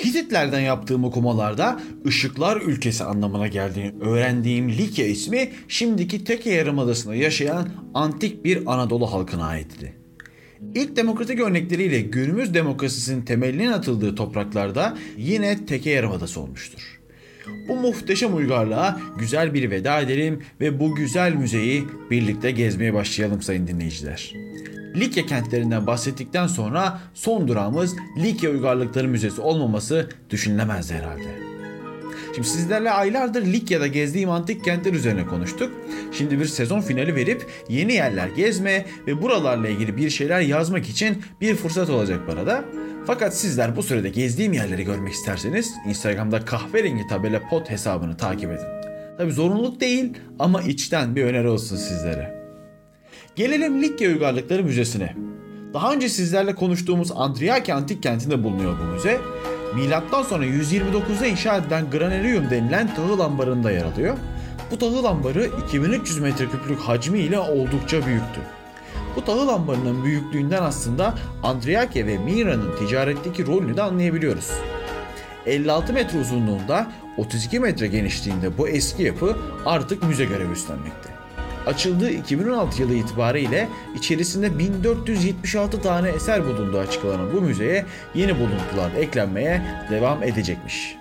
Hititlerden yaptığım okumalarda ışıklar ülkesi anlamına geldiğini öğrendiğim Likya ismi şimdiki Teke Yarımadası'nda yaşayan antik bir Anadolu halkına aitti. İlk demokratik örnekleriyle günümüz demokrasisinin temelinin atıldığı topraklarda yine Teke Yarımadası olmuştur. Bu muhteşem uygarlığa güzel bir veda edelim ve bu güzel müzeyi birlikte gezmeye başlayalım sayın dinleyiciler. Likya kentlerinden bahsettikten sonra son durağımız Likya Uygarlıkları Müzesi olmaması düşünülemez herhalde. Şimdi sizlerle aylardır Likya'da gezdiğim antik kentler üzerine konuştuk. Şimdi bir sezon finali verip yeni yerler gezme ve buralarla ilgili bir şeyler yazmak için bir fırsat olacak bana da. Fakat sizler bu sürede gezdiğim yerleri görmek isterseniz Instagram'da kahverengi tabela pod hesabını takip edin. Tabi zorunluluk değil ama içten bir öneri olsun sizlere. Gelelim Likya Uygarlıkları Müzesi'ne. Daha önce sizlerle konuştuğumuz Andriaki Antik Kenti'nde bulunuyor bu müze. Milattan sonra 129'da inşa edilen Granarium denilen tahıl ambarında yer alıyor. Bu tahıl ambarı 2300 metreküplük hacmiyle oldukça büyüktü. Bu tahıl ambarının büyüklüğünden aslında Andriake ve Mira'nın ticaretteki rolünü de anlayabiliyoruz. 56 metre uzunluğunda, 32 metre genişliğinde bu eski yapı artık müze görevi üstlenmekte. Açıldığı 2016 yılı itibariyle içerisinde 1476 tane eser bulunduğu açıklanan bu müzeye yeni buluntular eklenmeye devam edecekmiş.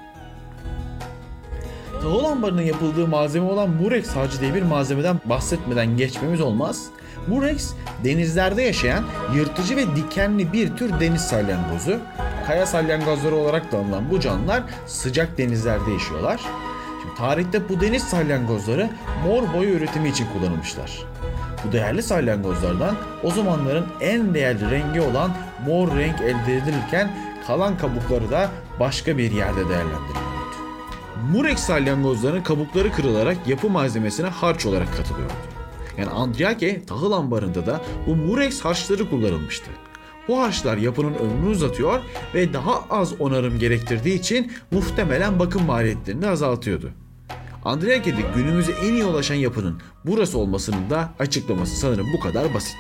Tahıl ambarının yapıldığı malzeme olan Murex harcı diye bir malzemeden bahsetmeden geçmemiz olmaz. Murex, denizlerde yaşayan yırtıcı ve dikenli bir tür deniz salyangozu. Kaya salyangozları olarak da anılan bu canlılar sıcak denizlerde yaşıyorlar. Şimdi tarihte bu deniz salyangozları mor boya üretimi için kullanılmışlar. Bu değerli salyangozlardan o zamanların en değerli rengi olan mor renk elde edilirken kalan kabukları da başka bir yerde değerlendiriliyordu. Murex salyangozlarının kabukları kırılarak yapı malzemesine harç olarak katılıyordu. Yani Andriake tahıl ambarında da bu Murex harçları kullanılmıştı. Bu harçlar yapının ömrünü uzatıyor ve daha az onarım gerektirdiği için muhtemelen bakım maliyetlerini azaltıyordu. Andriake'de günümüze en iyi ulaşan yapının burası olmasının da açıklaması sanırım bu kadar basit.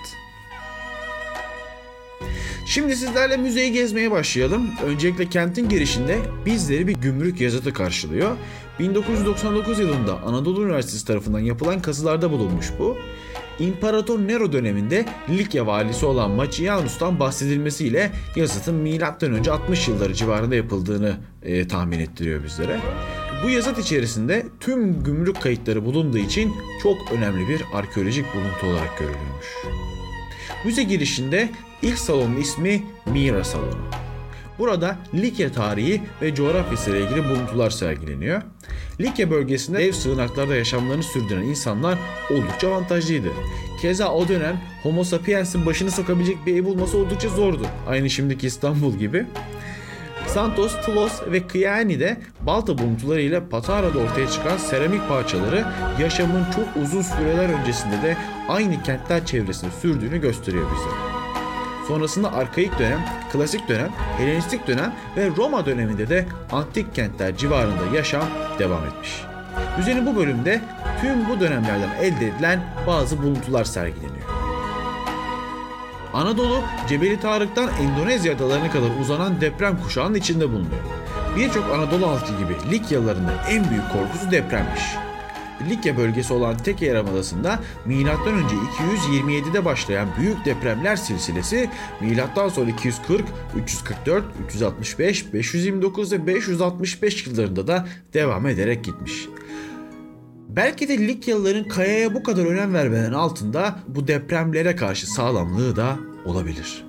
Şimdi sizlerle müzeyi gezmeye başlayalım. Öncelikle kentin girişinde bizleri bir gümrük yazıtı karşılıyor. 1999 yılında Anadolu Üniversitesi tarafından yapılan kazılarda bulunmuş bu. İmparator Nero döneminde Likya valisi olan Macianus'tan bahsedilmesiyle yazıtın M.Ö. 60 yılları civarında yapıldığını tahmin ettiriyor bizlere. Bu yazıt içerisinde tüm gümrük kayıtları bulunduğu için çok önemli bir arkeolojik buluntu olarak görülüyormuş. Müze girişinde ilk salonun ismi Mira Salonu. Burada Likya tarihi ve coğrafyası ile ilgili buluntular sergileniyor. Likya bölgesinde ev sığınaklarda yaşamlarını sürdüren insanlar oldukça avantajlıydı. Keza o dönem Homo sapiens'in başını sokabilecek bir ev bulması oldukça zordu. Aynı şimdiki İstanbul gibi. Santos, Tlos ve Kyani'de balta buluntularıyla Patara'da ortaya çıkan seramik parçaları yaşamın çok uzun süreler öncesinde de aynı kentler çevresinde sürdüğünü gösteriyor bize. Sonrasında arkaik dönem, klasik dönem, Helenistik dönem ve Roma döneminde de antik kentler civarında yaşam devam etmiş. Müzenin bu bölümde tüm bu dönemlerden elde edilen bazı buluntular sergileniyor. Anadolu, Cebeli Tarık'tan Endonezya adalarına kadar uzanan deprem kuşağının içinde bulunuyor. Birçok Anadolu halkı gibi Likyalıların da en büyük korkusu depremmiş. Likya bölgesi olan Teke Yarımadası'nda M.Ö. 227'de başlayan büyük depremler silsilesi M.Ö. 240, 344, 365, 529 ve 565 yıllarında da devam ederek gitmiş. Belki de Likyalıların kayaya bu kadar önem vermenin altında bu depremlere karşı sağlamlığı da olabilir.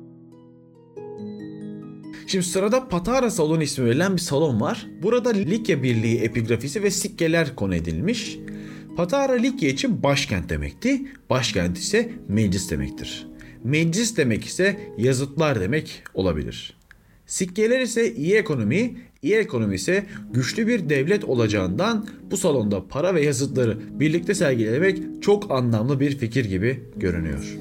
Şimdi sırada Patara Salonu ismi verilen bir salon var. Burada Likya Birliği epigrafisi ve sikkeler konu edilmiş. Patara Likya için başkent demekti. Başkent ise meclis demektir. Meclis demek ise yazıtlar demek olabilir. Sikkeler ise iyi ekonomi ise güçlü bir devlet olacağından bu salonda para ve yazıtları birlikte sergilemek çok anlamlı bir fikir gibi görünüyor.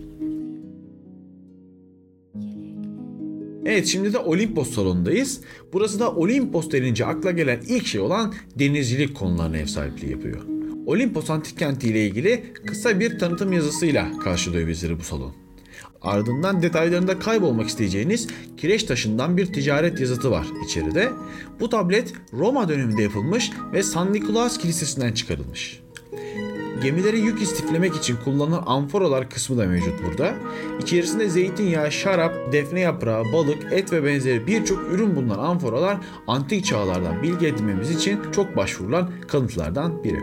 Evet, şimdi de Olimpos salonundayız. Burası da Olimpos denince akla gelen ilk şey olan denizcilik konularına ev sahipliği yapıyor. Olimpos antik kenti ile ilgili kısa bir tanıtım yazısıyla karşılıyor bizleri bu salon. Ardından detaylarında kaybolmak isteyeceğiniz kireç taşından bir ticaret yazıtı var içeride. Bu tablet Roma döneminde yapılmış ve San Nikolaus Kilisesi'nden çıkarılmış. Gemilere yük istiflemek için kullanılan amforalar kısmı da mevcut burada. İçerisinde zeytinyağı, şarap, defne yaprağı, balık, et ve benzeri birçok ürün bulunan amforalar antik çağlardan bilgi edinmemiz için çok başvurulan kalıntılardan biri.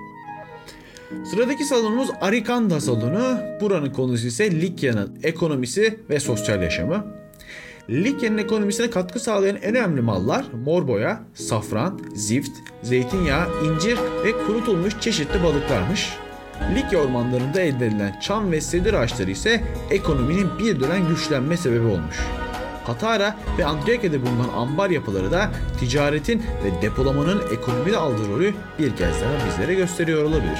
Sıradaki salonumuz Arikanda salonu. Buranın konusu ise Likya'nın ekonomisi ve sosyal yaşamı. Likya'nın ekonomisine katkı sağlayan en önemli mallar mor boya, safran, zift, zeytinyağı, incir ve kurutulmuş çeşitli balıklarmış. Likya ormanlarında elde edilen çam ve sedir ağaçları ise ekonominin bir dönem güçlenme sebebi olmuş. Patara ve Antakya'da bulunan ambar yapıları da ticaretin ve depolamanın ekonomide aldığı rolü bir kez daha bizlere gösteriyor olabilir.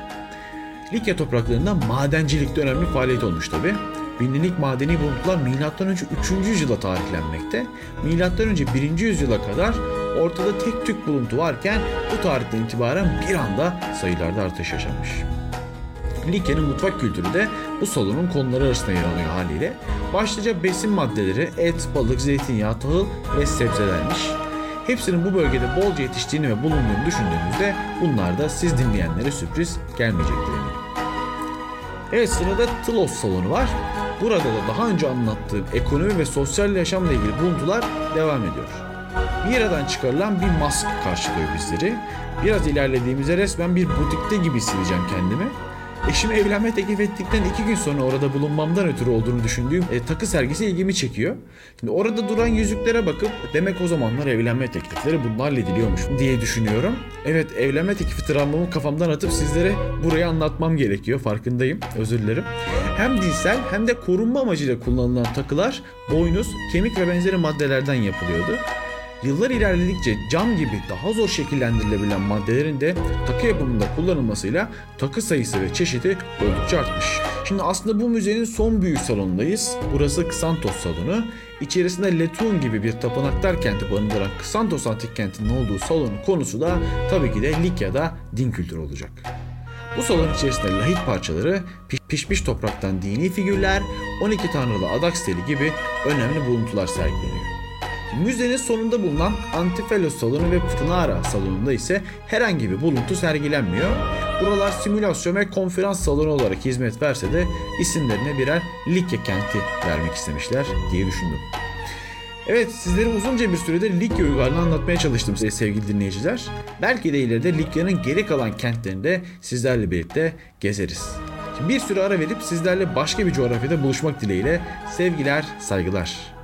Likya topraklarında madencilik de önemli faaliyet olmuş tabi. Bilinlik madeni buluntular M.Ö. 3. yüzyıla tarihlenmekte. M.Ö. 1. yüzyıla kadar ortada tek tük buluntu varken bu tarihten itibaren bir anda sayılarda artış yaşanmış. Likya'nın mutfak kültürü de bu salonun konuları arasında yer alıyor haliyle. Başlıca besin maddeleri et, balık, zeytinyağı, tahıl ve sebzelermiş. Hepsinin bu bölgede bolca yetiştiğini ve bulunduğunu düşündüğümüzde bunlar da siz dinleyenlere sürpriz gelmeyecektir eminim. Evet, sırada Tlos salonu var. Burada da daha önce anlattığım ekonomi ve sosyal yaşamla ilgili buluntular devam ediyor. Mira'dan çıkarılan bir mask karşılıyor bizleri. Biraz ilerlediğimizde resmen bir butikte gibi hissedeceğim kendimi. Eşime evlenme teklif ettikten 2 gün sonra orada bulunmamdan ötürü olduğunu düşündüğüm takı sergisi ilgimi çekiyor. Şimdi orada duran yüzüklere bakıp demek o zamanlar evlenme teklifleri bunlarla hallediliyormuş diye düşünüyorum. Evet, evlenme teklifi travmamı kafamdan atıp sizlere burayı anlatmam gerekiyor, farkındayım, özür dilerim. Hem dinsel hem de korunma amacıyla kullanılan takılar boynuz, kemik ve benzeri maddelerden yapılıyordu. Yıllar ilerledikçe cam gibi daha zor şekillendirilebilen maddelerin de takı yapımında kullanılmasıyla takı sayısı ve çeşidi oldukça artmış. Şimdi aslında bu müzenin son büyük salonundayız. Burası Ksantos salonu. İçerisinde Letun gibi bir tapınaklar kenti barındıran Ksantos antik kentinin olduğu salonun konusu da tabii ki de Likya'da din kültürü olacak. Bu salon içerisinde lahit parçaları, pişmiş topraktan dini figürler, 12 tanrılı adak steli gibi önemli buluntular sergileniyor. Müzenin sonunda bulunan Antifelos salonu ve Ptınara salonunda ise herhangi bir buluntu sergilenmiyor. Buralar simülasyon ve konferans salonu olarak hizmet verse de isimlerine birer Likya kenti vermek istemişler diye düşündüm. Evet, sizlere uzunca bir süredir Likya uygarlığını anlatmaya çalıştım sevgili dinleyiciler. Belki de ileride Likya'nın geri kalan kentlerinde sizlerle birlikte gezeriz. Şimdi bir süre ara verip sizlerle başka bir coğrafyada buluşmak dileğiyle sevgiler, saygılar.